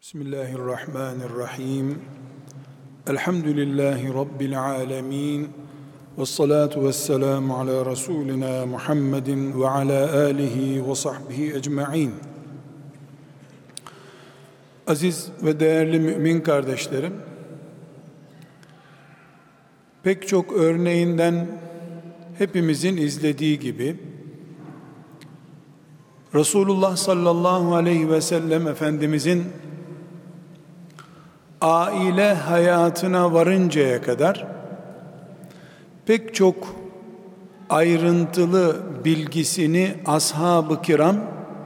Bismillahirrahmanirrahim. Elhamdülillahi Rabbil alemin. Vessalatu vesselamu ala Resulina Muhammedin ve ala alihi ve sahbihi ecma'in. Aziz ve değerli mümin kardeşlerim, pek çok örneğinden hepimizin izlediği gibi, Resulullah sallallahu aleyhi ve sellem Efendimizin aile hayatına varıncaya kadar pek çok ayrıntılı bilgisini ashab-ı kiram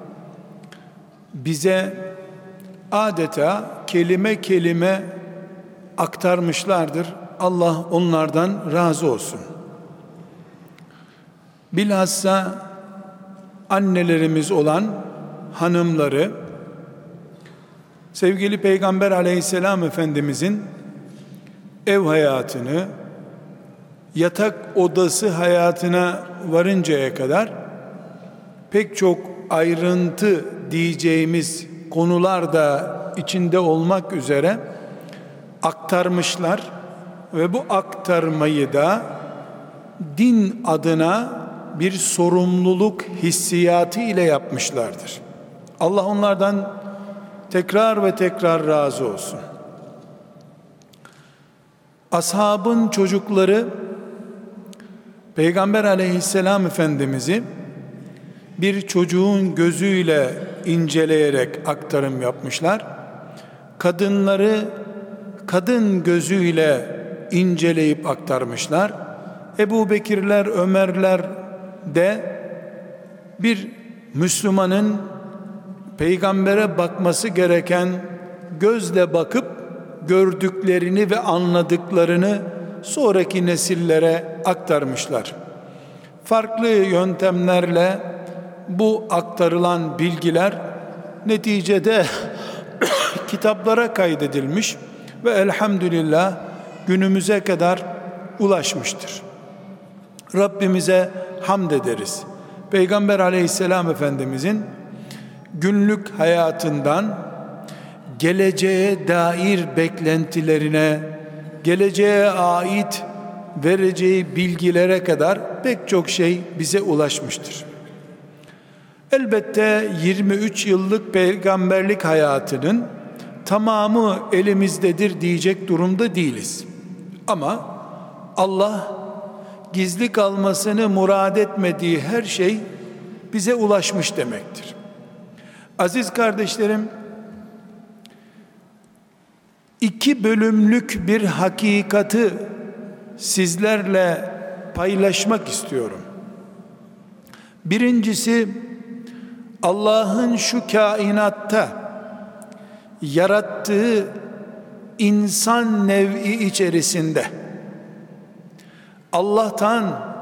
bize adeta kelime kelime aktarmışlardır. Allah onlardan razı olsun. Bilhassa annelerimiz olan hanımları, sevgili Peygamber aleyhisselam Efendimizin ev hayatını, yatak odası hayatına varıncaya kadar pek çok ayrıntı diyeceğimiz konular da içinde olmak üzere aktarmışlar ve bu aktarmayı da din adına bir sorumluluk hissiyatı ile yapmışlardır. Allah onlardan tekrar ve tekrar razı olsun. Ashabın çocukları Peygamber aleyhisselam Efendimiz'i bir çocuğun gözüyle inceleyerek aktarım yapmışlar. Kadınları kadın gözüyle inceleyip aktarmışlar. Ebu Bekirler, Ömerler de bir Müslümanın peygambere bakması gereken gözle bakıp gördüklerini ve anladıklarını sonraki nesillere aktarmışlar. Farklı yöntemlerle bu aktarılan bilgiler neticede kitaplara kaydedilmiş ve elhamdülillah günümüze kadar ulaşmıştır. Rabbimize hamd ederiz. Peygamber aleyhisselam Efendimizin günlük hayatından geleceğe dair beklentilerine, geleceğe ait vereceği bilgilere kadar pek çok şey bize ulaşmıştır. Elbette 23 yıllık peygamberlik hayatının tamamı elimizdedir diyecek durumda değiliz. Ama Allah gizli kalmasını murad etmediği her şey bize ulaşmış demektir. Aziz kardeşlerim, 2 bölümlük bir hakikati sizlerle paylaşmak istiyorum. Birincisi, Allah'ın şu kainatta yarattığı insan nev'i içerisinde Allah'tan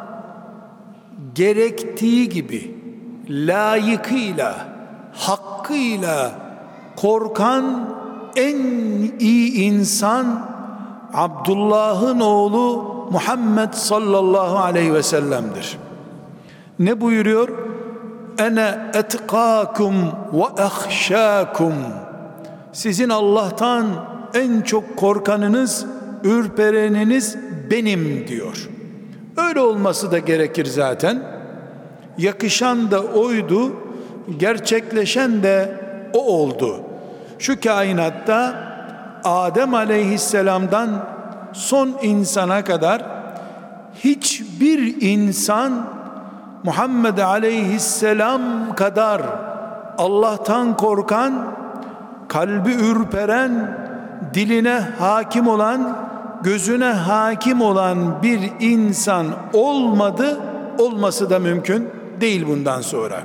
gerektiği gibi layıkıyla, hakkıyla korkan en iyi insan Abdullah'ın oğlu Muhammed sallallahu aleyhi ve sellem'dir. Ne buyuruyor? Ene etkâkum ve ehşâkum. Sizin Allah'tan en çok korkanınız, ürpereniniz benim diyor. Öyle olması da gerekir zaten. Yakışan da oydu, gerçekleşen de o oldu. Şu kainatta Adem aleyhisselamdan son insana kadar hiçbir insan Muhammed aleyhisselam kadar Allah'tan korkan, kalbi ürperen, diline hakim olan, gözüne hakim olan bir insan olmadı, olması da mümkün değil bundan sonra.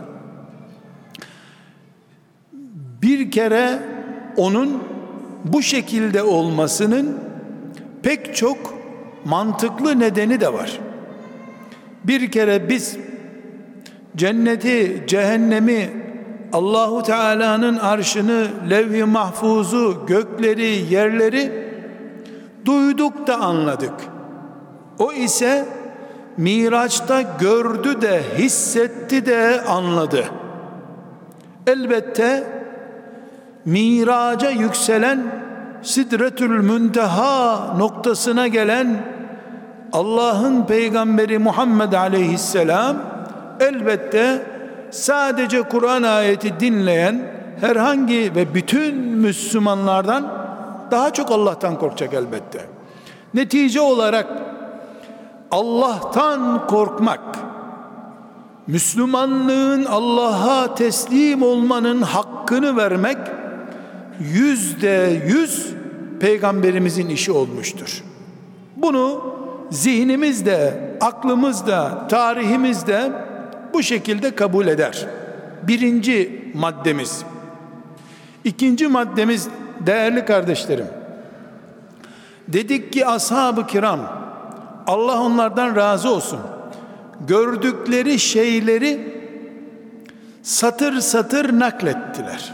Bir kere onun bu şekilde olmasının pek çok mantıklı nedeni de var. Bir kere biz cenneti, cehennemi, Allahu Teala'nın arşını, levh-i mahfuzu, gökleri, yerleri duyduk da anladık. O ise Miraç'ta gördü de, hissetti de, anladı. Elbette miraca yükselen, Sidretül Münteha noktasına gelen Allah'ın peygamberi Muhammed aleyhisselam elbette sadece Kur'an ayeti dinleyen herhangi ve bütün Müslümanlardan daha çok Allah'tan korkacak elbette. Netice olarak Allah'tan korkmak, Müslümanlığın Allah'a teslim olmanın hakkını vermek %100 peygamberimizin işi olmuştur. Bunu zihnimizde, aklımızda, tarihimizde bu şekilde kabul eder. Birinci maddemiz. İkinci maddemiz değerli kardeşlerim. Dedik ki ashab-ı kiram, Allah onlardan razı olsun, gördükleri şeyleri satır satır naklettiler.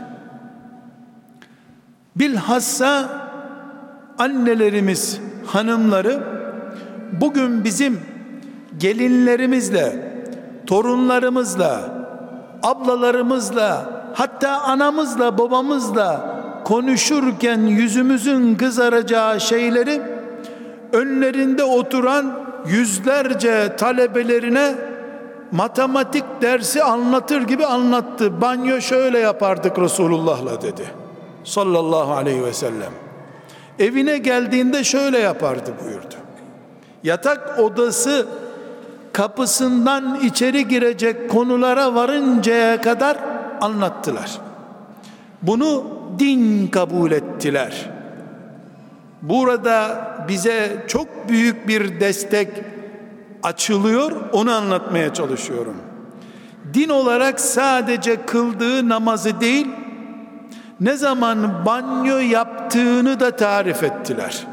Bilhassa annelerimiz, hanımları bugün bizim gelinlerimizle, torunlarımızla, ablalarımızla, hatta anamızla, babamızla konuşurken yüzümüzün kızaracağı şeyleri önlerinde oturan yüzlerce talebelerine matematik dersi anlatır gibi anlattı. Banyo şöyle yapardık Resulullah'la dedi sallallahu aleyhi ve sellem. Evine geldiğinde şöyle yapardı buyurdu. Yatak odası kapısından içeri girecek konulara varıncaya kadar anlattılar. Bunu din kabul ettiler. Burada bize çok büyük bir destek açılıyor, onu anlatmaya çalışıyorum. Din olarak sadece kıldığı namazı değil, ne zaman banyo yaptığını da tarif ettiler.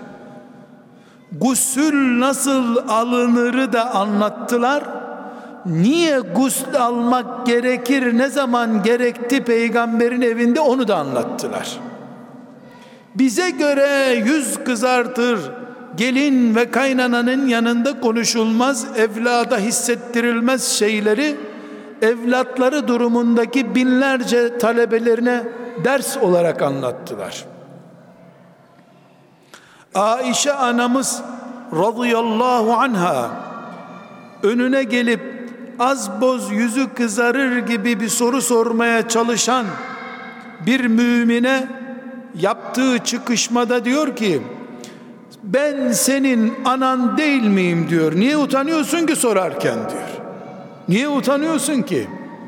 Gusül nasıl alınırı da anlattılar. Niye gusül almak gerekir, ne zaman gerekti peygamberin evinde, onu da anlattılar. Bize göre yüz kızartır, gelin ve kaynananın yanında konuşulmaz, evlada hissettirilmez şeyleri evlatları durumundaki binlerce talebelerine ders olarak anlattılar. Aişe anamız radıyallahu anha önüne gelip az boz yüzü kızarır gibi bir soru sormaya çalışan bir mümine yaptığı çıkışmada diyor ki, ben senin anan değil miyim diyor. Niye utanıyorsun ki sorarken diyor. Niye utanıyorsun ki?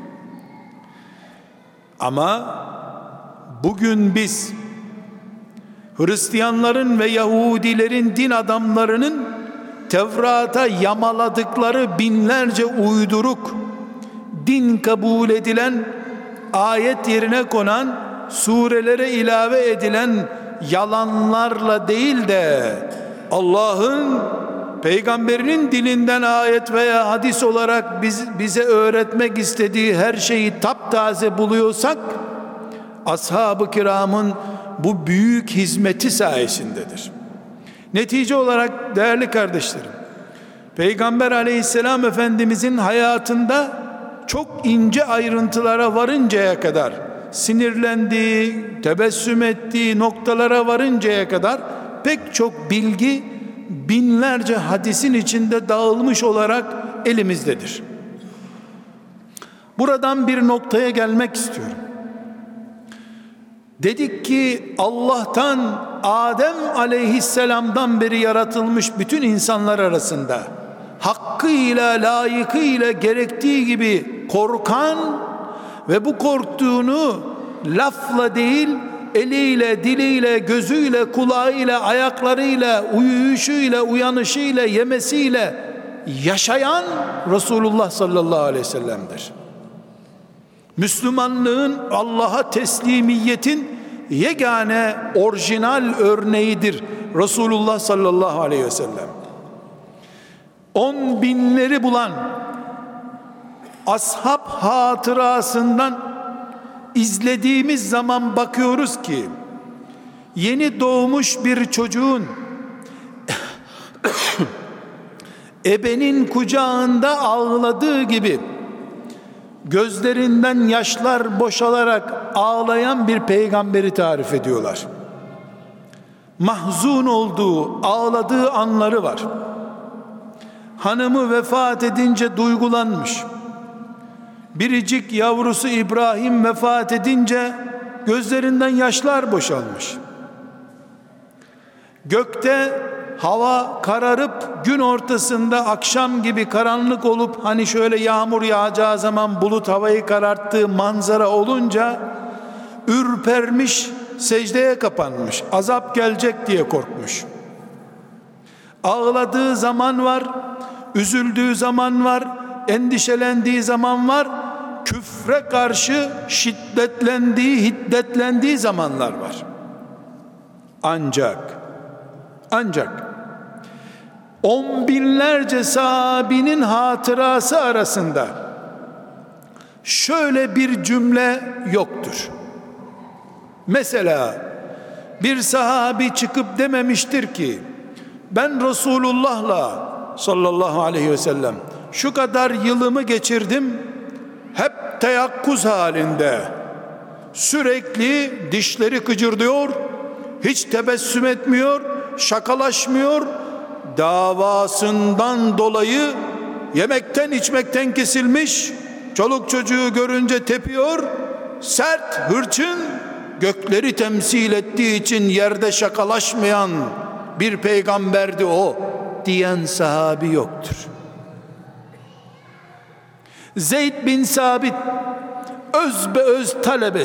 Ama bugün biz Hristiyanların ve Yahudilerin din adamlarının Tevrat'a yamaladıkları binlerce uyduruk, din kabul edilen, ayet yerine konan, surelere ilave edilen yalanlarla değil de Allah'ın peygamberinin dilinden ayet veya hadis olarak bize öğretmek istediği her şeyi taptaze buluyorsak, ashab-ı kiramın bu büyük hizmeti sayesindedir. Netice olarak değerli kardeşlerim, Peygamber aleyhisselam Efendimizin hayatında çok ince ayrıntılara varıncaya kadar, sinirlendiği, tebessüm ettiği noktalara varıncaya kadar pek çok bilgi binlerce hadisin içinde dağılmış olarak elimizdedir. Buradan bir noktaya gelmek istiyorum. Dedik ki Allah'tan Adem aleyhisselamdan beri yaratılmış bütün insanlar arasında hakkıyla, layıkıyla, gerektiği gibi korkan ve bu korktuğunu lafla değil, eliyle, diliyle, gözüyle, kulağıyla, ayaklarıyla, uyuyuşuyla, uyanışıyla, yemesiyle yaşayan Resulullah sallallahu aleyhi ve sellem'dir. Müslümanlığın, Allah'a teslimiyetin yegane orijinal örneğidir Resulullah sallallahu aleyhi ve sellem. 10 binleri bulan ashab hatırasından izlediğimiz zaman bakıyoruz ki yeni doğmuş bir çocuğun ebenin kucağında ağladığı gibi gözlerinden yaşlar boşalarak ağlayan bir peygamberi tarif ediyorlar. Mahzun olduğu, ağladığı anları var. Hanımı vefat edince duygulanmış. Biricik yavrusu İbrahim vefat edince gözlerinden yaşlar boşalmış. Gökte hava kararıp gün ortasında akşam gibi karanlık olup hani şöyle yağmur yağacağı zaman bulut havayı kararttığı manzara olunca ürpermiş, secdeye kapanmış. Azap gelecek diye korkmuş. Ağladığı zaman var, üzüldüğü zaman var, endişelendiği zaman var. Küfre karşı hiddetlendiği zamanlar var. Ancak on binlerce sahabinin hatırası arasında şöyle bir cümle yoktur. Mesela bir sahabi çıkıp dememiştir ki ben Resulullah'la sallallahu aleyhi ve sellem şu kadar yılımı geçirdim, hep teyakkuz halinde, sürekli dişleri kıcırdıyor, hiç tebessüm etmiyor, şakalaşmıyor, davasından dolayı yemekten içmekten kesilmiş, çoluk çocuğu görünce tepiyor, sert, hırçın, gökleri temsil ettiği için yerde şakalaşmayan bir peygamberdi o diyen sahabi yoktur. Zeyd bin Sabit özbeöz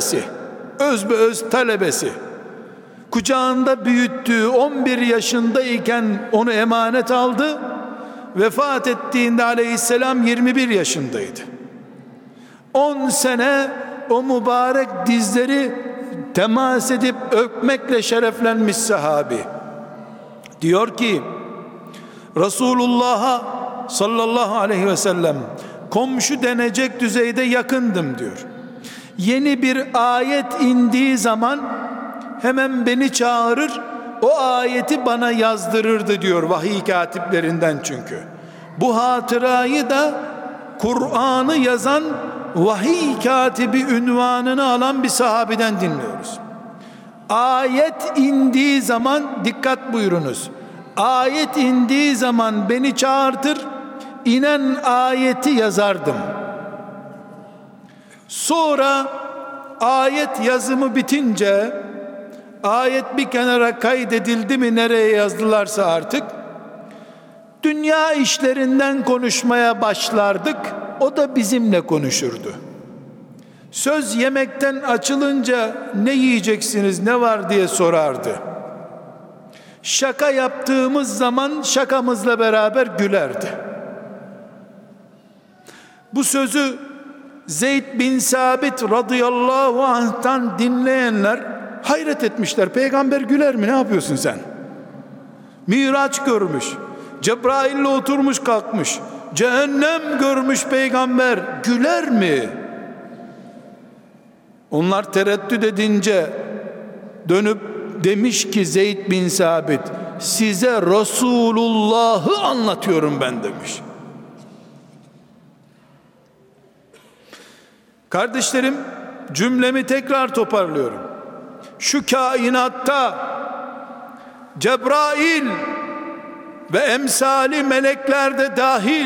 talebesi, kucağında büyüttüğü 11 yaşındayken onu emanet aldı. Vefat ettiğinde aleyhisselam 21 yaşındaydı. 10 sene o mübarek dizleri temas edip öpmekle şereflenmiş sahabi. Diyor ki Resulullah'a sallallahu aleyhi ve sellem komşu denecek düzeyde yakındım diyor. Yeni bir ayet indiği zaman hemen beni çağırır, o ayeti bana yazdırırdı diyor, vahiy katiplerinden çünkü. Bu hatırayı da Kur'an'ı yazan vahiy katibi ünvanını alan bir sahabeden dinliyoruz. Ayet indiği zaman, dikkat buyurunuz, ayet indiği zaman beni çağırtır, inen ayeti yazardım. Sonra ayet yazımı bitince, ayet bir kenara kaydedildi mi, nereye yazdılarsa artık, dünya işlerinden konuşmaya başlardık. O da bizimle konuşurdu. Söz yemekten açılınca ne yiyeceksiniz, ne var diye sorardı. Şaka yaptığımız zaman şakamızla beraber gülerdi. Bu sözü Zeyd bin Sabit radıyallahu anh'tan dinleyenler hayret etmişler. Peygamber güler mi? Ne yapıyorsun sen? Miraç görmüş, Cebrail'le oturmuş kalkmış, cehennem görmüş peygamber, güler mi? Onlar tereddüt edince dönüp demiş ki Zeyd bin Sabit, size Resulullah'ı anlatıyorum ben demiş. Kardeşlerim, cümlemi tekrar toparlıyorum. Şu kainatta Cebrail ve emsali melekler de dahil,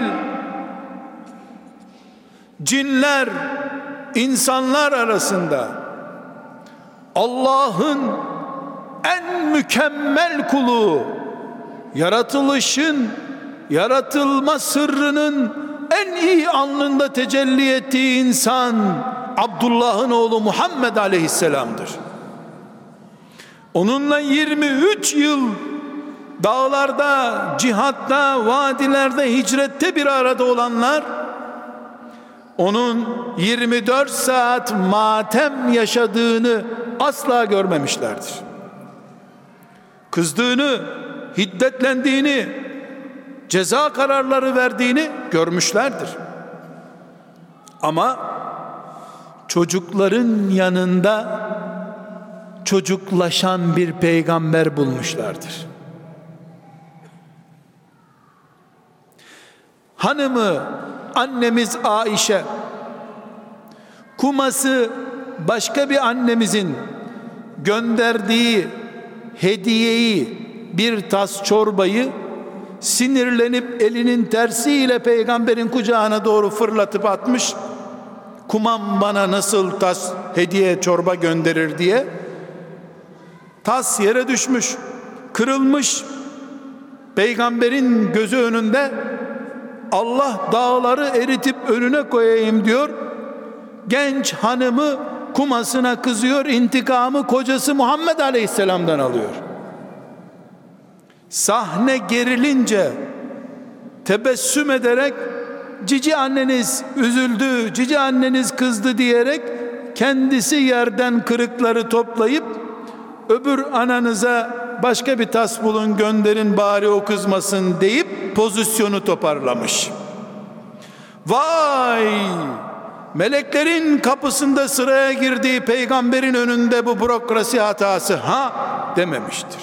cinler, insanlar arasında Allah'ın en mükemmel kulu, yaratılışın, yaratılma sırrının en iyi anında tecelli ettiği insan Abdullah'ın oğlu Muhammed aleyhisselam'dır. Onunla 23 yıl dağlarda, cihatta, vadilerde, hicrette bir arada olanlar, onun 24 saat matem yaşadığını asla görmemişlerdir. Kızdığını, hiddetlendiğini, ceza kararları verdiğini görmüşlerdir. Ama çocukların yanında çocuklaşan bir peygamber bulmuşlardır. Hanımı annemiz Aişe kuması başka bir annemizin gönderdiği hediyeyi, bir tas çorbayı sinirlenip elinin tersiyle peygamberin kucağına doğru fırlatıp atmış. Kumam bana nasıl tas hediye çorba gönderir diye. Tas yere düşmüş, kırılmış. Peygamberin gözü önünde Allah dağları eritip önüne koyayım diyor. Genç hanımı kumasına kızıyor, intikamı kocası Muhammed Aleyhisselam'dan alıyor. Sahne gerilince tebessüm ederek cici anneniz üzüldü, cici anneniz kızdı diyerek kendisi yerden kırıkları toplayıp öbür ananıza başka bir tas bulun gönderin bari o kızmasın deyip pozisyonu toparlamış. Vay! Meleklerin kapısında sıraya girdiği peygamberin önünde bu bürokrasi hatası ha dememiştir.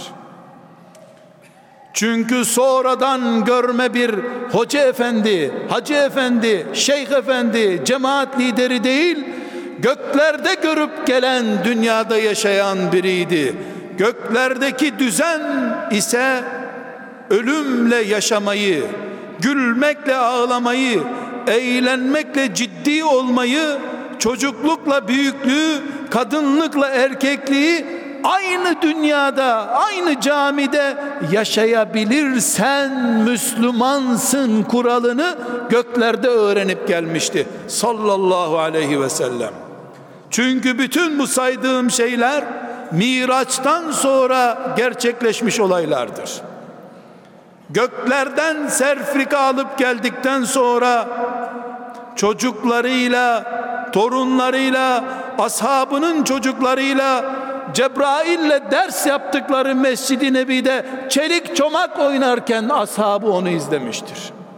Çünkü sonradan görme bir hoca efendi, hacı efendi, şeyh efendi, cemaat lideri değil, göklerde görüp gelen, dünyada yaşayan biriydi. Göklerdeki düzen ise ölümle yaşamayı, gülmekle ağlamayı, eğlenmekle ciddi olmayı, çocuklukla büyüklüğü, kadınlıkla erkekliği aynı dünyada, aynı camide yaşayabilirsen Müslümansın kuralını göklerde öğrenip gelmişti sallallahu aleyhi ve sellem. Çünkü bütün bu saydığım şeyler Miraç'tan sonra gerçekleşmiş olaylardır. Göklerden serfrika alıp geldikten sonra çocuklarıyla, torunlarıyla, ashabının çocuklarıyla Cebrail'le ders yaptıkları Mescid-i Nebi'de çelik çomak oynarken ashabı onu izlemiştir.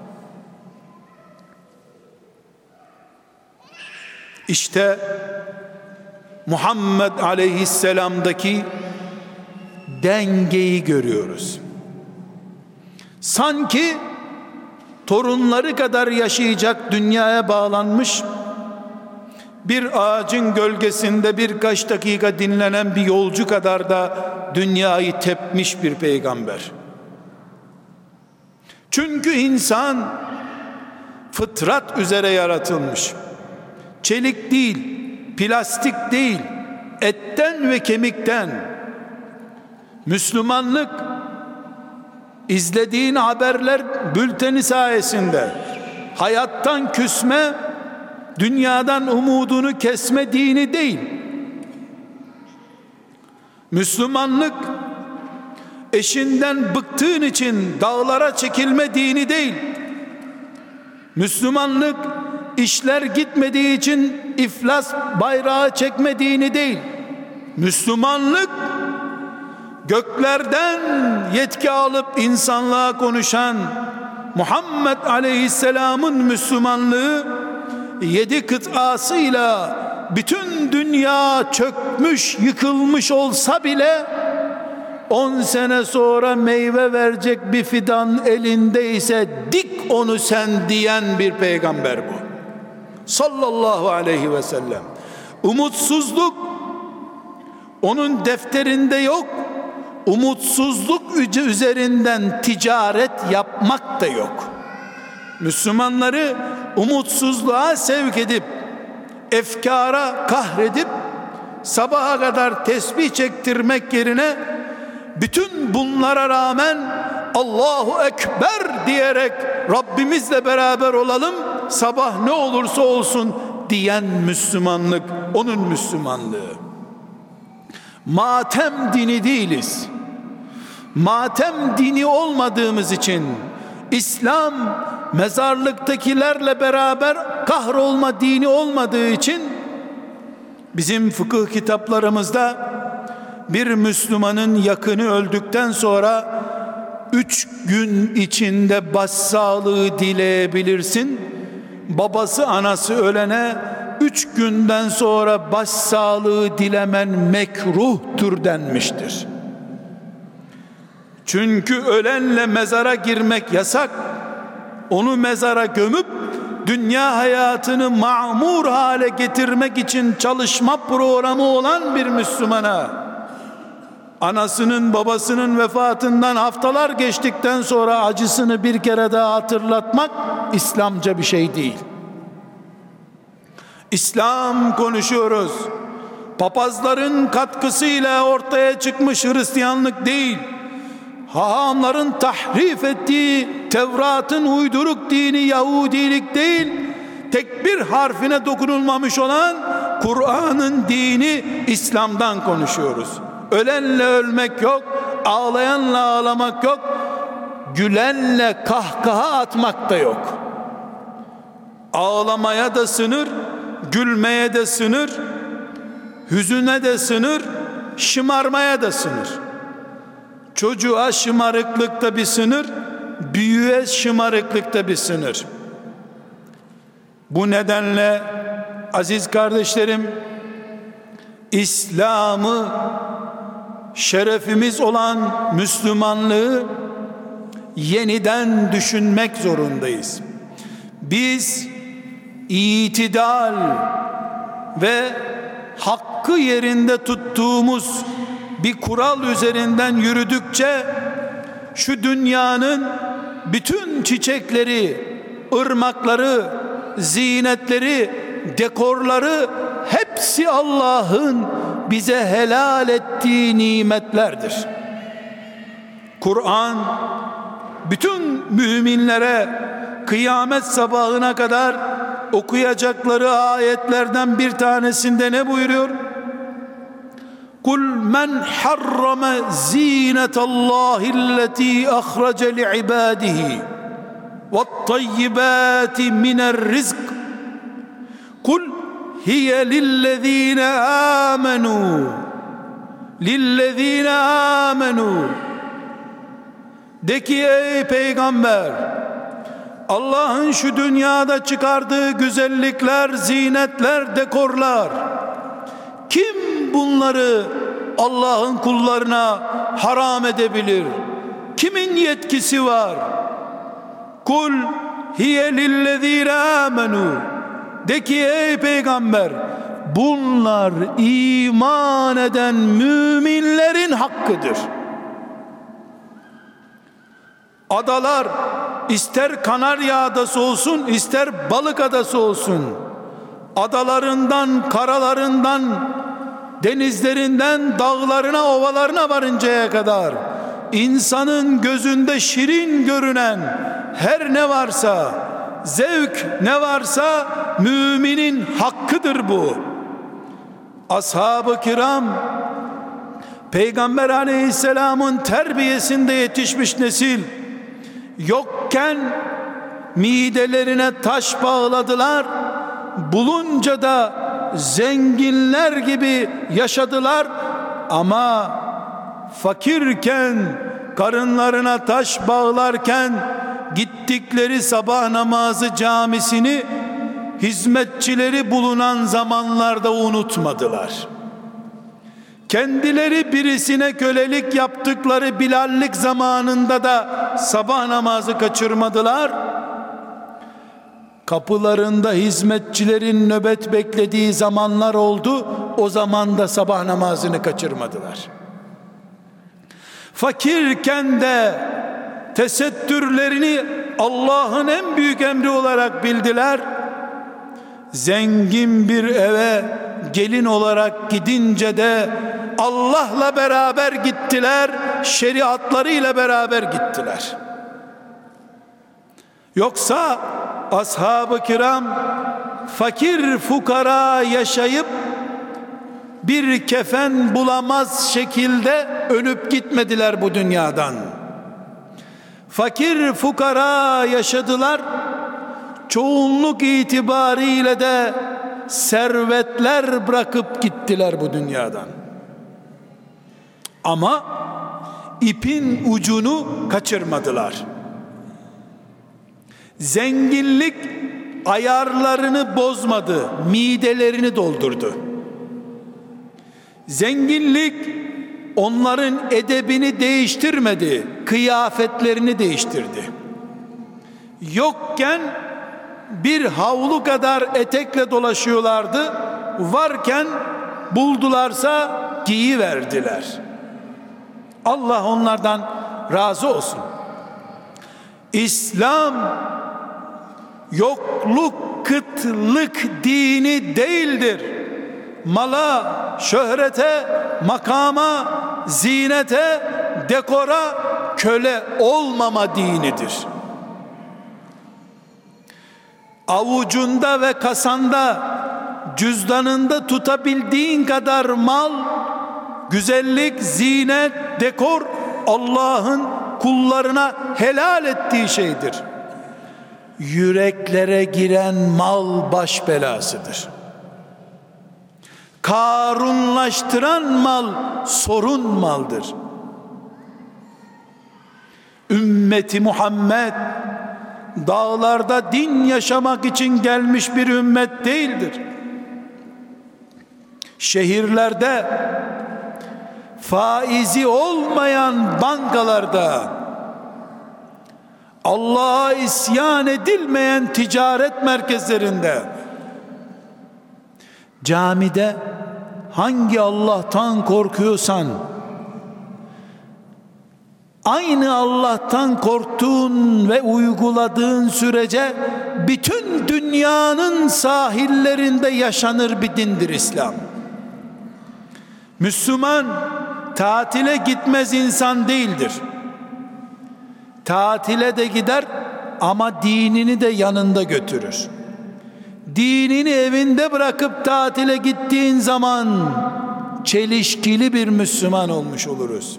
İşte Muhammed Aleyhisselam'daki dengeyi görüyoruz. Sanki torunları kadar yaşayacak dünyaya bağlanmış, bir ağacın gölgesinde birkaç dakika dinlenen bir yolcu kadar da dünyayı tepmiş bir peygamber. Çünkü insan fıtrat üzere yaratılmış. Çelik değil, plastik değil, etten ve kemikten. Müslümanlık izlediğin haberler bülteni sayesinde hayattan küsme, dünyadan umudunu kesme dini değil. Müslümanlık eşinden bıktığın için dağlara çekilme dini değil. Müslümanlık işler gitmediği için iflas bayrağı çekme dini değil. Müslümanlık göklerden yetki alıp insanlığa konuşan Muhammed Aleyhisselam'ın Müslümanlığı 7 kıtasıyla bütün dünya çökmüş, yıkılmış olsa bile 10 sene sonra meyve verecek bir fidan elindeyse dik onu sen diyen bir peygamber bu. Sallallahu aleyhi ve sellem. Umutsuzluk onun defterinde yok. Umutsuzluk üzerinden ticaret yapmak da yok. Müslümanları umutsuzluğa sevk edip, efkara kahredip, sabaha kadar tesbih çektirmek yerine bütün bunlara rağmen Allahu Ekber diyerek Rabbimizle beraber olalım, sabah ne olursa olsun diyen Müslümanlık onun Müslümanlığı. Matem dini değiliz. Matem dini olmadığımız için İslam mezarlıktakilerle beraber kahrolma dini olmadığı için bizim fıkıh kitaplarımızda bir Müslümanın yakını öldükten sonra 3 gün içinde başsağlığı dileyebilirsin. Babası anası ölene 3 günden sonra başsağlığı dilemen mekruhtur denmiştir. Çünkü ölenle mezara girmek yasak. Onu mezara gömüp dünya hayatını ma'mur hale getirmek için çalışma programı olan bir Müslümana, anasının babasının vefatından haftalar geçtikten sonra acısını bir kere daha hatırlatmak İslamca bir şey değil. İslam konuşuyoruz. Papazların katkısıyla ortaya çıkmış Hristiyanlık değil, hahamların tahrif ettiği Tevrat'ın uyduruk dini Yahudilik değil, tek bir harfine dokunulmamış olan Kur'an'ın dini İslam'dan konuşuyoruz. Ölenle ölmek yok, ağlayanla ağlamak yok, gülenle kahkaha atmak da yok. Ağlamaya da sınır, gülmeye de sınır, hüzüne de sınır, şımarmaya da sınır. Çocuğa şımarıklıkta bir sınır, büyüğe şımarıklıkta bir sınır. Bu nedenle aziz kardeşlerim, İslam'ı, şerefimiz olan Müslümanlığı yeniden düşünmek zorundayız. Biz itidal ve hakkı yerinde tuttuğumuz bir kural üzerinden yürüdükçe şu dünyanın bütün çiçekleri, ırmakları, zinetleri, dekorları hepsi Allah'ın bize helal ettiği nimetlerdir. Kur'an bütün müminlere kıyamet sabahına kadar okuyacakları ayetlerden bir tanesinde ne buyuruyor? Kul men harrama zinetallahi'lleti ahrace li'ibadihi ve't-tayyibati mine'r-rizq. Kul hiye lillezine amenu. De ki ey peygamber, Allah'ın şu dünyada çıkardığı güzellikler, zinetler, dekorlar, kim bunları Allah'ın kullarına haram edebilir? Kimin yetkisi var? Kul hiye lillezine amenu. De ki ey peygamber, bunlar iman eden müminlerin hakkıdır. Adalar, ister Kanarya Adası olsun, ister Balık Adası olsun, adalarından, karalarından, denizlerinden, dağlarına, ovalarına varıncaya kadar insanın gözünde şirin görünen her ne varsa, zevk ne varsa müminin hakkıdır bu. Ashab-ı kiram, Peygamber aleyhisselamın terbiyesinde yetişmiş nesil, yokken midelerine taş bağladılar, bulunca da zenginler gibi yaşadılar, ama fakirken, karınlarına taş bağlarken gittikleri sabah namazı camisini hizmetçileri bulunan zamanlarda unutmadılar. Kendileri birisine kölelik yaptıkları Bilallik zamanında da sabah namazı kaçırmadılar. Kapılarında hizmetçilerin nöbet beklediği zamanlar oldu. O zaman da sabah namazını kaçırmadılar. Fakirken de tesettürlerini Allah'ın en büyük emri olarak bildiler. Zengin bir eve gelin olarak gidince de Allah'la beraber gittiler, şeriatlarıyla beraber gittiler. Yoksa ashab-ı kiram fakir fukara yaşayıp bir kefen bulamaz şekilde ölüp gitmediler bu dünyadan. Fakir fukara yaşadılar, çoğunluk itibariyle de servetler bırakıp gittiler bu dünyadan. Ama ipin ucunu kaçırmadılar. Zenginlik ayarlarını bozmadı, midelerini doldurdu. Zenginlik onların edebini değiştirmedi, kıyafetlerini değiştirdi. Yokken bir havlu kadar etekle dolaşıyorlardı. Varken buldularsa giyiverdiler. Allah onlardan razı olsun. İslam yokluk, kıtlık dini değildir. Mala, şöhrete, makama, zinete, dekora köle olmama dinidir. Avucunda ve kasanda, cüzdanında tutabildiğin kadar mal, güzellik, zinet, dekor Allah'ın kullarına helal ettiği şeydir. Yüreklere giren mal baş belasıdır. Karunlaştıran mal sorun maldır. Ümmeti Muhammed dağlarda din yaşamak için gelmiş bir ümmet değildir. Şehirlerde faizi olmayan bankalarda, Allah'a isyan edilmeyen ticaret merkezlerinde, camide hangi Allah'tan korkuyorsan, aynı Allah'tan korktuğun ve uyguladığın sürece bütün dünyanın sahillerinde yaşanır bir dindir İslam. Müslüman tatile gitmez insan değildir. Tatile de gider ama dinini de yanında götürür. Dinini evinde bırakıp tatile gittiğin zaman çelişkili bir Müslüman olmuş oluruz.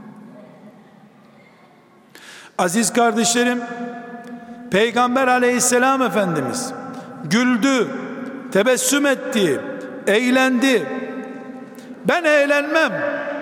Aziz kardeşlerim, Peygamber aleyhisselam Efendimiz güldü, tebessüm etti, eğlendi. Ben eğlenmem,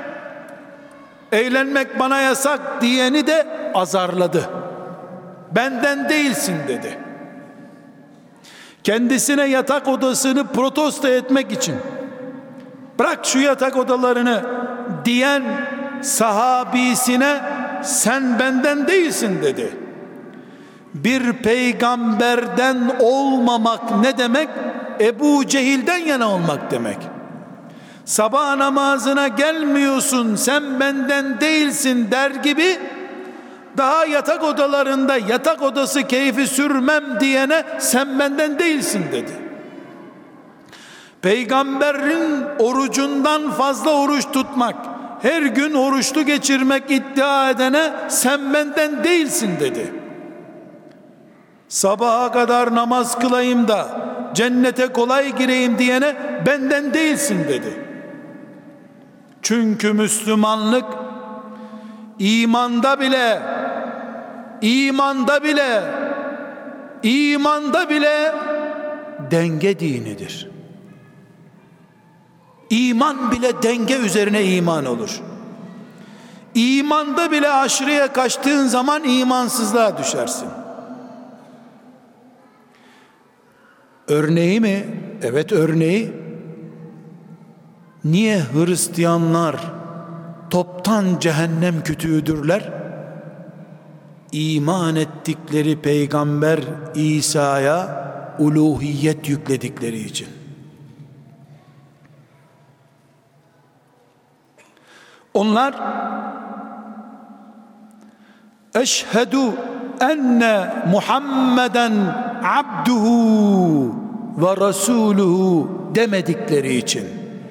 eğlenmek bana yasak diyeni de azarladı. Benden değilsin dedi. Kendisine yatak odasını protesto etmek için bırak şu yatak odalarını diyen sahabisine sen benden değilsin dedi. Bir peygamberden olmamak ne demek? Ebu Cehil'den yana olmak demek. Sabah namazına gelmiyorsun, sen benden değilsin der gibi, daha yatak odalarında yatak odası keyfi sürmem diyene sen benden değilsin dedi. Peygamberin orucundan fazla oruç tutmak, her gün oruçlu geçirmek iddia edene sen benden değilsin dedi. Sabaha kadar namaz kılayım da cennete kolay gireyim diyene benden değilsin dedi. Çünkü Müslümanlık imanda bile denge dinidir. İman bile denge üzerine iman olur. İmanda bile aşırıya kaçtığın zaman imansızlığa düşersin. Örneği mi? Evet, örneği. Niye Hristiyanlar toptan cehennem kütüğüdürler? İman ettikleri peygamber İsa'ya uluhiyet yükledikleri için. Onlar eşhedü enne Muhammeden abduhu ve rasuluhu demedikleri için,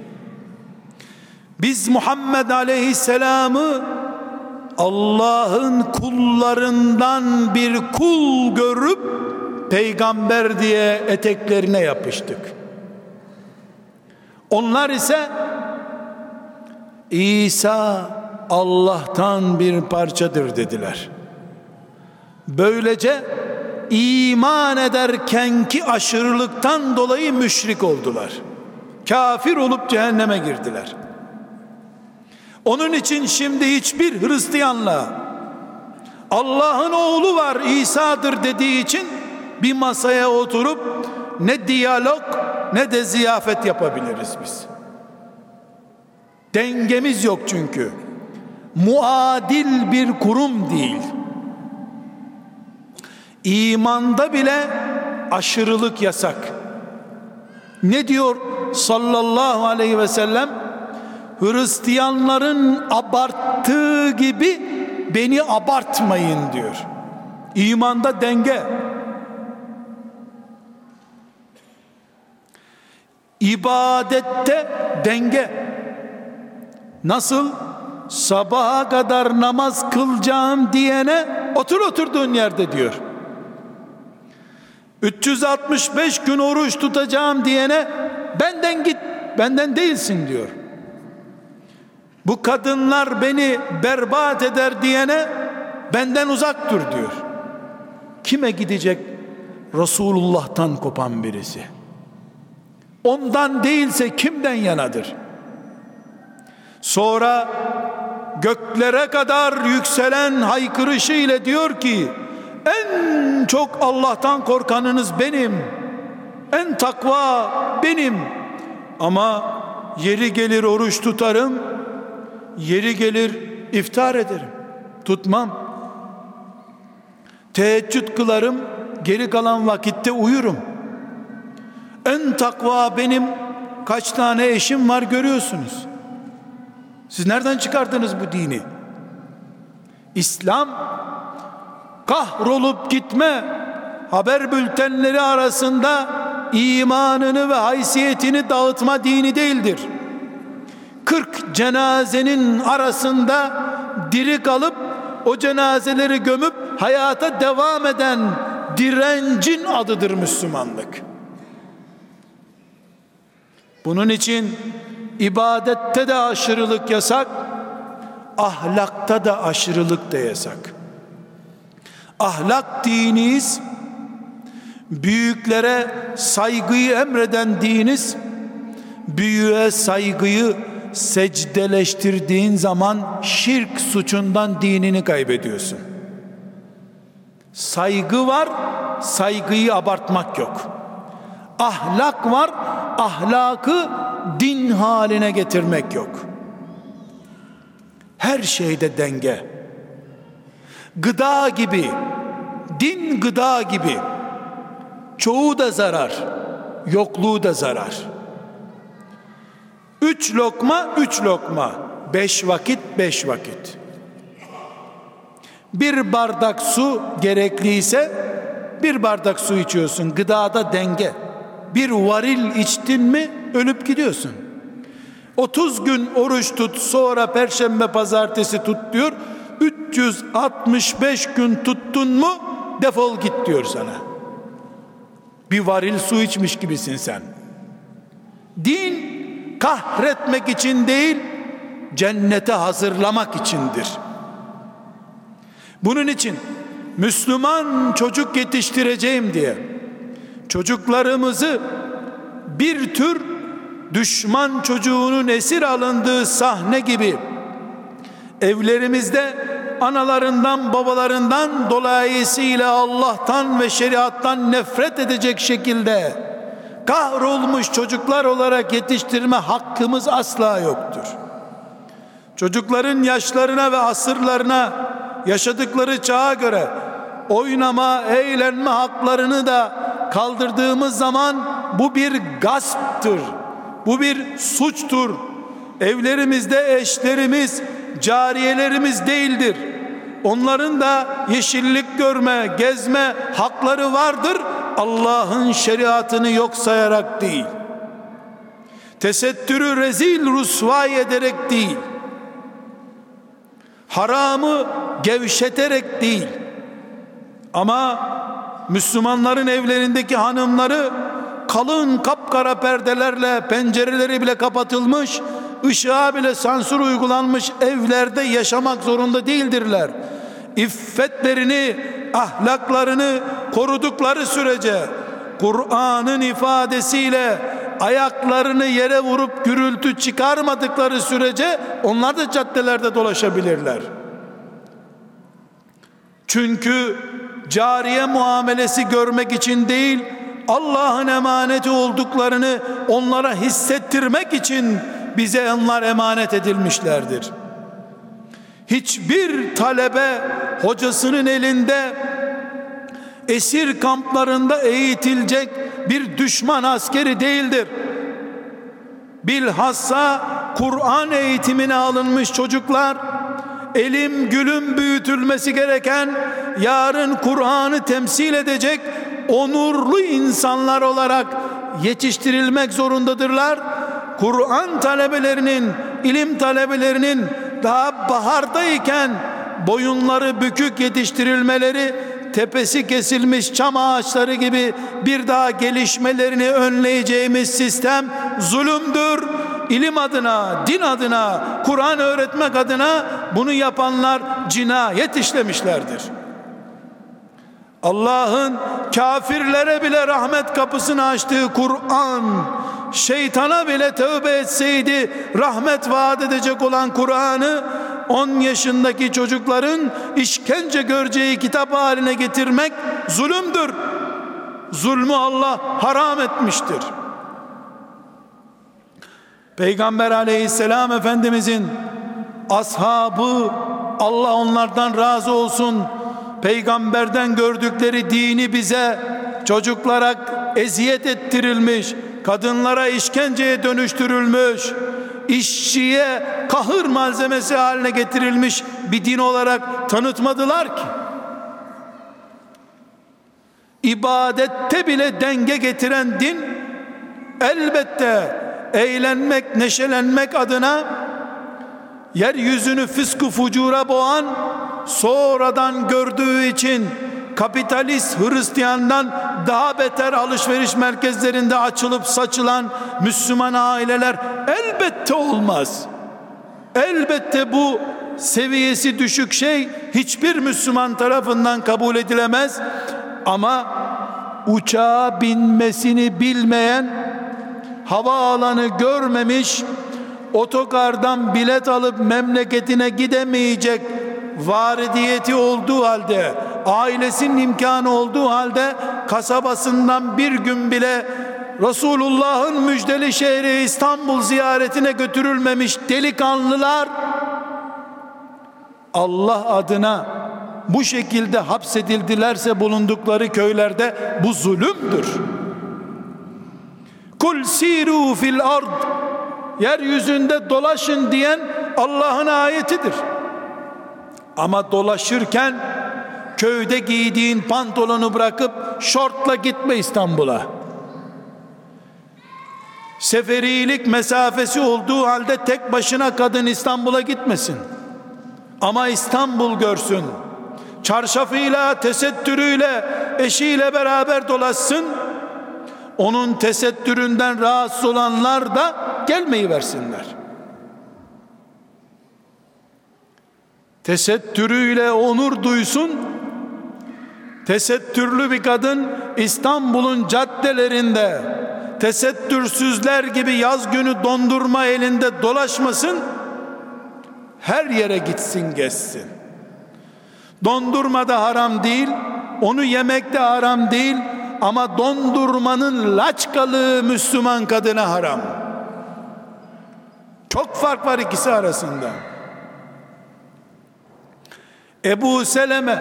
biz Muhammed Aleyhisselam'ı Allah'ın kullarından bir kul görüp peygamber diye eteklerine yapıştık. Onlar ise İsa Allah'tan bir parçadır dediler. Böylece iman ederkenki aşırılıktan dolayı müşrik oldular. Kafir olup cehenneme girdiler. Onun için şimdi hiçbir Hristiyanla Allah'ın oğlu var, İsa'dır dediği için bir masaya oturup ne diyalog ne de ziyafet yapabiliriz biz. Dengemiz yok çünkü. Muadil bir kurum değil. İmanda bile aşırılık yasak. Ne diyor sallallahu aleyhi ve sellem? Hristiyanların abarttığı gibi beni abartmayın diyor. İmanda denge. İbadette denge. Nasıl? Sabaha kadar namaz kılacağım diyene otur oturduğun yerde diyor. 365 gün oruç tutacağım diyene benden git, benden değilsin diyor. Bu kadınlar beni berbat eder diyene benden uzak dur diyor. Kime gidecek? Resulullah'tan kopan birisi. Ondan değilse kimden yanadır? Sonra göklere kadar yükselen haykırışı ile diyor ki, en çok Allah'tan korkanınız benim, en takva benim. Ama yeri gelir oruç tutarım, yeri gelir iftar ederim, tutmam. Teheccüd kılarım, geri kalan vakitte uyurum. En takva benim. Kaç tane eşim var görüyorsunuz. Siz nereden çıkardınız bu dini? İslam kahrolup gitme haber bültenleri arasında imanını ve haysiyetini dağıtma dini değildir. 40 cenazenin arasında diri kalıp o cenazeleri gömüp hayata devam eden direncin adıdır Müslümanlık. Bunun için ibadette de aşırılık yasak, ahlakta da aşırılık da yasak. Ahlak diniz, büyüklere saygıyı emreden diniz, büyüğe saygıyı secdeleştirdiğin zaman şirk suçundan dinini kaybediyorsun. Saygı var, saygıyı abartmak yok. Ahlak var, ahlakı din haline getirmek yok. Her şeyde denge. Gıda gibi, din gıda gibi. Çoğu da zarar, yokluğu da zarar. 3 lokma, 3 lokma. 5 vakit, 5 vakit. Bir bardak su gerekliyse bir bardak su içiyorsun. Gıdada denge. Bir varil içtin mi ölüp gidiyorsun. 30 gün oruç tut, sonra perşembe pazartesi tut diyor. 365 gün tuttun mu defol git diyor sana. Bir varil su içmiş gibisin sen. Din kahretmek için değil, cennete hazırlamak içindir. Bunun için Müslüman çocuk yetiştireceğim diye çocuklarımızı bir tür düşman çocuğunun esir alındığı sahne gibi evlerimizde analarından babalarından dolayısıyla Allah'tan ve şeriattan nefret edecek şekilde kahrolmuş çocuklar olarak yetiştirme hakkımız asla yoktur. Çocukların yaşlarına ve asırlarına, yaşadıkları çağa göre oynama, eğlenme haklarını da kaldırdığımız zaman bu bir gasptır. Bu bir suçtur. Evlerimizde eşlerimiz, cariyelerimiz değildir. Onların da yeşillik görme, gezme hakları vardır. Allah'ın şeriatını yok sayarak değil. Tesettürü rezil rusvay ederek değil. Haramı gevşeterek değil. Ama Müslümanların evlerindeki hanımları kalın kapkara perdelerle pencereleri bile kapatılmış, ışığa bile sansür uygulanmış evlerde yaşamak zorunda değildirler. İffetlerini, ahlaklarını korudukları sürece, Kur'an'ın ifadesiyle ayaklarını yere vurup gürültü çıkarmadıkları sürece onlar da caddelerde dolaşabilirler. Çünkü cariye muamelesi görmek için değil, Allah'ın emaneti olduklarını onlara hissettirmek için bize onlar emanet edilmişlerdir. Hiçbir talebe hocasının elinde esir kamplarında eğitilecek bir düşman askeri değildir. Bilhassa Kur'an eğitimine alınmış çocuklar, elim gülüm büyütülmesi gereken, yarın Kur'an'ı temsil edecek onurlu insanlar olarak yetiştirilmek zorundadırlar. Kur'an talebelerinin, ilim talebelerinin daha bahardayken boyunları bükük yetiştirilmeleri, tepesi kesilmiş çam ağaçları gibi bir daha gelişmelerini önleyeceğimiz sistem zulümdür. İlim adına, din adına, Kur'an öğretmek adına bunu yapanlar cinayet işlemişlerdir. Allah'ın kafirlere bile rahmet kapısını açtığı Kur'an, şeytana bile tövbe etseydi rahmet vaat edecek olan Kur'an'ı 10 yaşındaki çocukların işkence göreceği kitap haline getirmek zulümdür. Zulmü Allah haram etmiştir. Peygamber aleyhisselam Efendimizin ashabı, Allah onlardan razı olsun, peygamberden gördükleri dini bize, çocuklara eziyet ettirilmiş, kadınlara işkenceye dönüştürülmüş, işçiye kahır malzemesi haline getirilmiş bir din olarak tanıtmadılar ki. İbadette bile denge getiren din, elbette eğlenmek, neşelenmek adına yeryüzünü fısk-ı fucura boğan, sonradan gördüğü için kapitalist Hristiyandan daha beter alışveriş merkezlerinde açılıp saçılan Müslüman aileler elbette olmaz. Elbette bu seviyesi düşük şey hiçbir Müslüman tarafından kabul edilemez. Ama uçağa binmesini bilmeyen, havaalanı görmemiş, otogardan bilet alıp memleketine gidemeyecek varidiyeti olduğu halde, ailesinin imkanı olduğu halde kasabasından bir gün bile Resulullah'ın müjdeli şehri İstanbul ziyaretine götürülmemiş delikanlılar Allah adına bu şekilde hapsedildilerse bulundukları köylerde bu zulümdür. Kul siru fil ard, yeryüzünde dolaşın diyen Allah'ın ayetidir. Ama dolaşırken köyde giydiğin pantolonu bırakıp şortla gitme İstanbul'a. Seferilik mesafesi olduğu halde tek başına kadın İstanbul'a gitmesin. Ama İstanbul görsün. Çarşafıyla, tesettürüyle, eşiyle beraber dolaşsın. Onun tesettüründen rahatsız olanlar da gelmeyi versinler. Tesettürüyle onur duysun. Tesettürlü bir kadın İstanbul'un caddelerinde tesettürsüzler gibi yaz günü dondurma elinde dolaşmasın. Her yere gitsin, gezsin. Dondurma da haram değil, onu yemek de haram değil, ama dondurmanın laçkalığı Müslüman kadına haram. Çok fark var ikisi arasında. Ebu Seleme,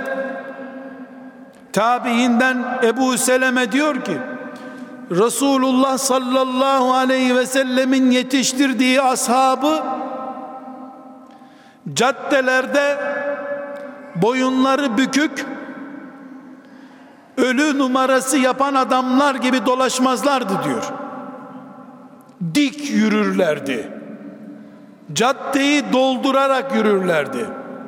tabiinden Ebu Seleme diyor ki, Resulullah sallallahu aleyhi ve sellemin yetiştirdiği ashabı caddelerde boyunları bükük, ölü numarası yapan adamlar gibi dolaşmazlardı diyor. Dik yürürlerdi. Caddeyi doldurarak yürürlerdi.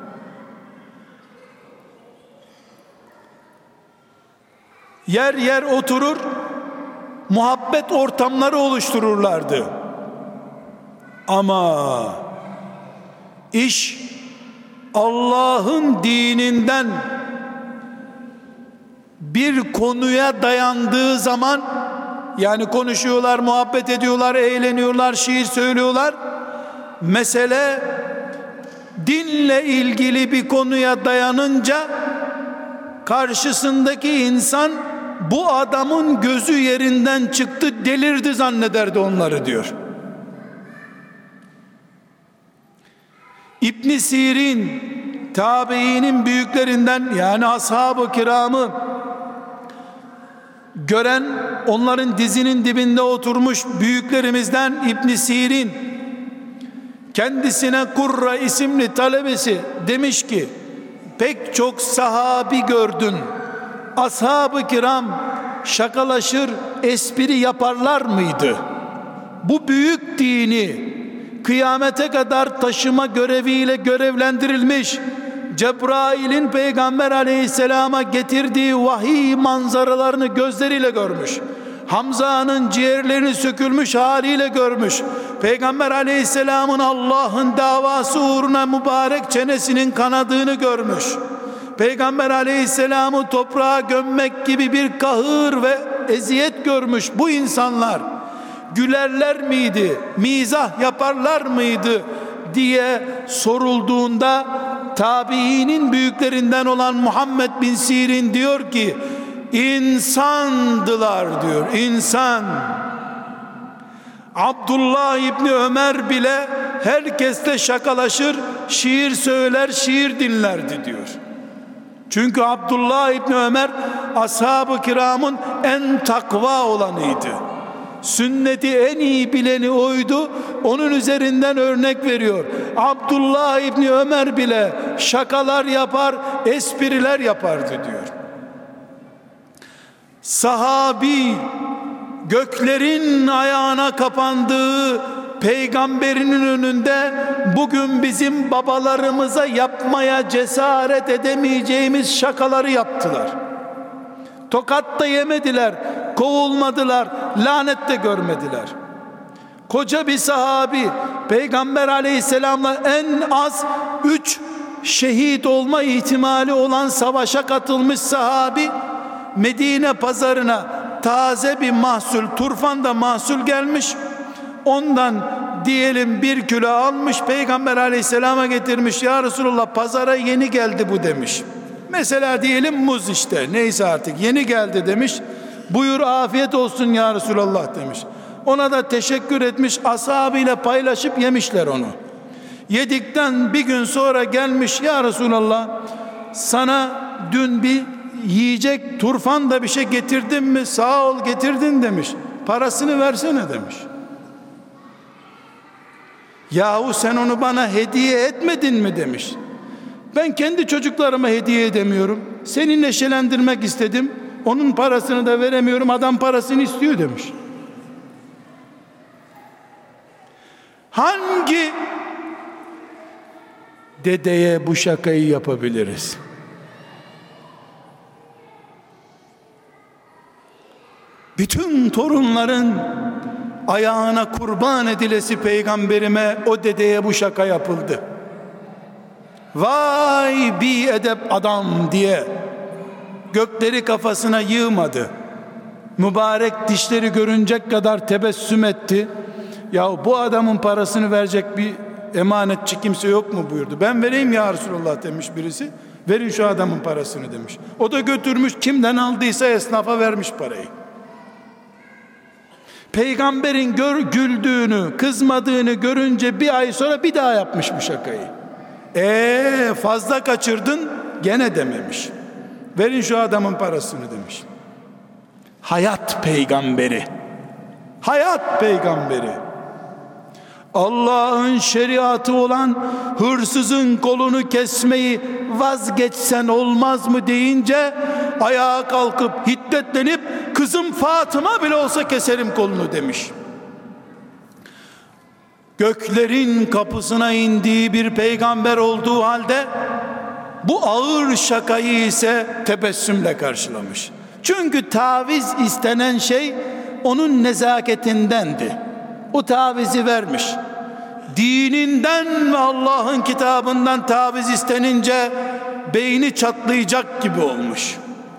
Yer yer oturur, muhabbet ortamları oluştururlardı. Ama iş Allah'ın dininden bir konuya dayandığı zaman, yani konuşuyorlar, muhabbet ediyorlar, eğleniyorlar, şiir söylüyorlar, mesele dinle ilgili bir konuya dayanınca karşısındaki insan bu adamın gözü yerinden çıktı, delirdi zannederdi onları diyor. İbn Sirin tabiinin büyüklerinden, yani ashab-ı kiramı gören, onların dizinin dibinde oturmuş büyüklerimizden İbn Sirin, kendisine Kurra isimli talebesi demiş ki, pek çok sahabi gördün, ashab-ı kiram şakalaşır, espri yaparlar mıydı? Bu büyük dini kıyamete kadar taşıma göreviyle görevlendirilmiş, Cebrail'in Peygamber aleyhisselama getirdiği vahiy manzaralarını gözleriyle görmüş, Hamza'nın ciğerlerini sökülmüş haliyle görmüş, Peygamber aleyhisselamın Allah'ın davası uğruna mübarek çenesinin kanadığını görmüş, Peygamber aleyhisselamı toprağa gömmek gibi bir kahır ve eziyet görmüş bu insanlar gülerler miydi, mizah yaparlar mıydı diye sorulduğunda, tabiinin büyüklerinden olan Muhammed bin Sirin diyor ki, insandılar diyor, insan. Abdullah İbni Ömer bile herkesle şakalaşır, şiir söyler, şiir dinlerdi diyor. Çünkü Abdullah İbni Ömer ashab-ı kiramın en takva olanıydı. Sünneti en iyi bileni oydu. Onun üzerinden örnek veriyor. Abdullah İbni Ömer bile şakalar yapar, espriler yapardı diyor. Sahabi, göklerin ayağına kapandığı peygamberinin önünde bugün bizim babalarımıza yapmaya cesaret edemeyeceğimiz şakaları yaptılar. Tokat da yemediler, kovulmadılar, lanet de görmediler. Koca bir sahabi, Peygamber aleyhisselamla en az 3 şehit olma ihtimali olan savaşa katılmış sahabi, Medine pazarına taze bir mahsul, turfanda mahsul gelmiş, ondan diyelim 1 kilo almış, Peygamber aleyhisselama getirmiş. Ya Resulullah, pazara yeni geldi bu demiş. Mesela diyelim muz, işte neyse artık yeni geldi demiş. Buyur afiyet olsun ya Resulallah demiş. Ona da teşekkür etmiş, ashabıyla paylaşıp yemişler onu. Yedikten bir gün sonra gelmiş, ya Resulallah sana dün bir yiyecek turfanda bir şey getirdim mi? Sağ ol getirdin demiş. Parasını versene demiş. Yahu sen onu bana hediye etmedin mi demiş. Ben kendi çocuklarıma hediye edemiyorum. Seni neşelendirmek istedim. Onun parasını da veremiyorum. Adam parasını istiyor demiş. Hangi dedeye bu şakayı yapabiliriz? Bütün torunların ayağına kurban edilesi peygamberime, o dedeye bu şaka yapıldı. Vay bi edep adam diye gökleri kafasına yığmadı. Mübarek dişleri görünecek kadar tebessüm etti. Ya bu adamın parasını verecek bir emanetçi kimse yok mu buyurdu. Ben vereyim ya Resulullah demiş birisi. Verin şu adamın parasını demiş. O da götürmüş, kimden aldıysa esnafa vermiş parayı. Peygamberin güldüğünü, kızmadığını görünce bir ay sonra bir daha yapmış bu şakayı. Fazla kaçırdın gene dememiş. Verin şu adamın parasını demiş. Hayat peygamberi. Hayat peygamberi. Allah'ın şeriatı olan hırsızın kolunu kesmeyi vazgeçsen olmaz mı deyince ayağa kalkıp hiddetlenip kızım Fatıma bile olsa keserim kolunu demiş. Göklerin kapısına indiği bir peygamber olduğu halde bu ağır şakayı ise tebessümle karşılamış. Çünkü taviz istenen şey onun nezaketindendi. O tavizi vermiş. Dininden ve Allah'ın kitabından taviz istenince beyni çatlayacak gibi olmuş.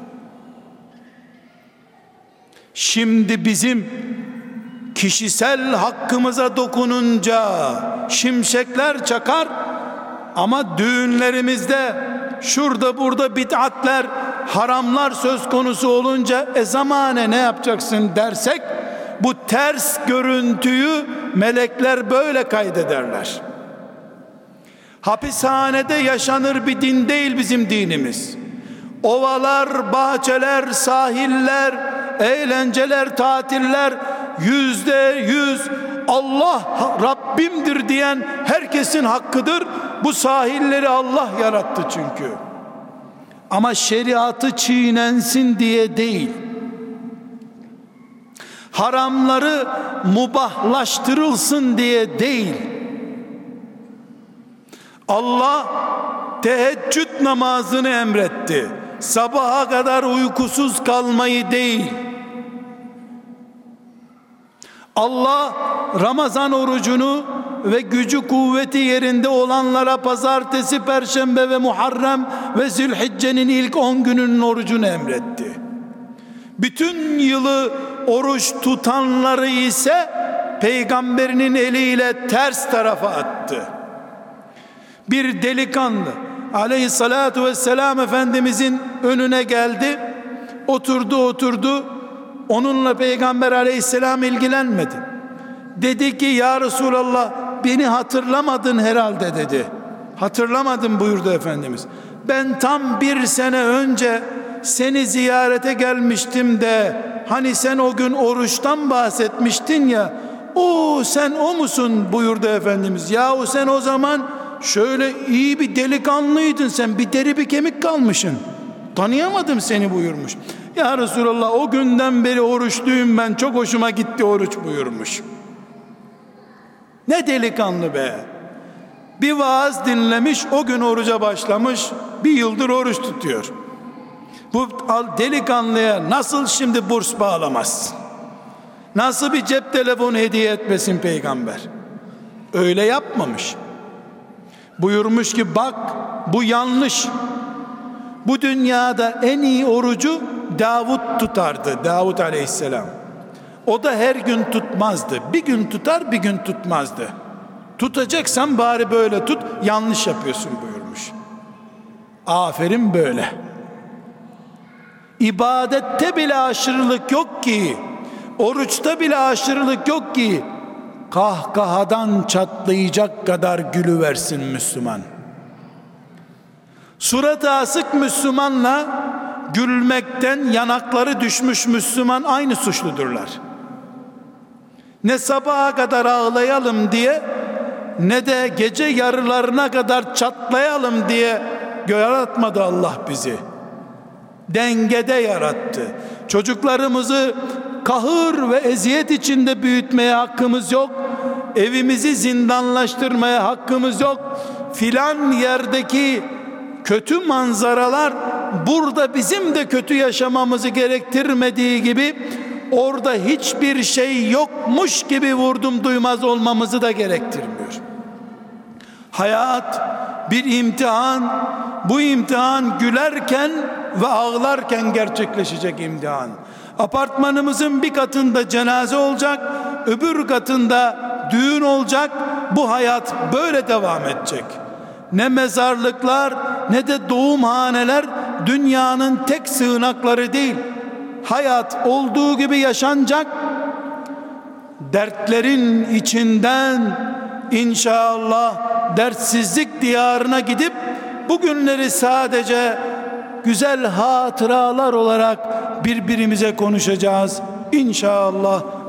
Şimdi bizim kişisel hakkımıza dokununca şimşekler çakar, ama düğünlerimizde şurada burada bid'atler, haramlar söz konusu olunca zamane ne yapacaksın dersek, bu ters görüntüyü melekler böyle kaydederler. Hapishanede yaşanır bir din değil bizim dinimiz. Ovalar, bahçeler, sahiller, eğlenceler, tatiller, %100 Allah Rabbimdir diyen herkesin hakkıdır. Bu sahilleri Allah yarattı çünkü. Ama şeriatı çiğnensin diye değil, haramları mubahlaştırılsın diye değil. Allah teheccüd namazını emretti. Sabaha kadar uykusuz kalmayı değil. Allah Ramazan orucunu ve gücü kuvveti yerinde olanlara pazartesi, perşembe ve Muharrem ve Zülhicce'nin ilk 10 gününün orucunu emretti. Bütün yılı oruç tutanları ise peygamberinin eliyle ters tarafa attı. Bir delikanlı aleyhissalatu vesselam Efendimizin önüne geldi, oturdu. Onunla peygamber aleyhisselam ilgilenmedi. Dedi ki ya Resulallah, beni hatırlamadın herhalde dedi. Hatırlamadım buyurdu Efendimiz. Ben tam 1 sene önce seni ziyarete gelmiştim de hani sen o gün oruçtan bahsetmiştin ya, sen o musun buyurdu Efendimiz. Yahu sen o zaman şöyle iyi bir delikanlıydın, sen bir deri bir kemik kalmışsın, tanıyamadım seni buyurmuş. Ya Resulallah, o günden beri oruçluyum ben, çok hoşuma gitti oruç buyurmuş. Ne delikanlı be. Bir vaaz dinlemiş, o gün oruca başlamış, 1 yıldır oruç tutuyor. Bu delikanlıya nasıl şimdi burs bağlamazsın? Nasıl bir cep telefonu hediye etmesin peygamber? Öyle yapmamış. Buyurmuş ki bak, bu yanlış. Bu dünyada en iyi orucu Davud tutardı, Davud aleyhisselam. O da her gün tutmazdı. Bir gün tutar, bir gün tutmazdı. Tutacaksan bari böyle tut, yanlış yapıyorsun buyurmuş. Aferin böyle. İbadette bile aşırılık yok ki, oruçta bile aşırılık yok ki, kahkahadan çatlayacak kadar gülüversin Müslüman. Suratı asık Müslümanla gülmekten yanakları düşmüş Müslüman aynı suçludurlar. Ne sabaha kadar ağlayalım diye, ne de gece yarılarına kadar çatlayalım diye yaratmadı Allah bizi. Dengede yarattı. Çocuklarımızı kahır ve eziyet içinde büyütmeye hakkımız yok. Evimizi zindanlaştırmaya hakkımız yok. Filan yerdeki kötü manzaralar burada bizim de kötü yaşamamızı gerektirmediği gibi, orada hiçbir şey yokmuş gibi vurdum duymaz olmamızı da gerektirmiyor. Hayat bir imtihan. Bu imtihan gülerken ve ağlarken gerçekleşecek imtihan. Apartmanımızın bir katında cenaze olacak, öbür katında düğün olacak. Bu hayat böyle devam edecek. Ne mezarlıklar ne de doğumhaneler dünyanın tek sığınakları değil. Hayat olduğu gibi yaşanacak. Dertlerin içinden inşallah dertsizlik diyarına gidip bugünleri sadece güzel hatıralar olarak birbirimize konuşacağız. İnşallah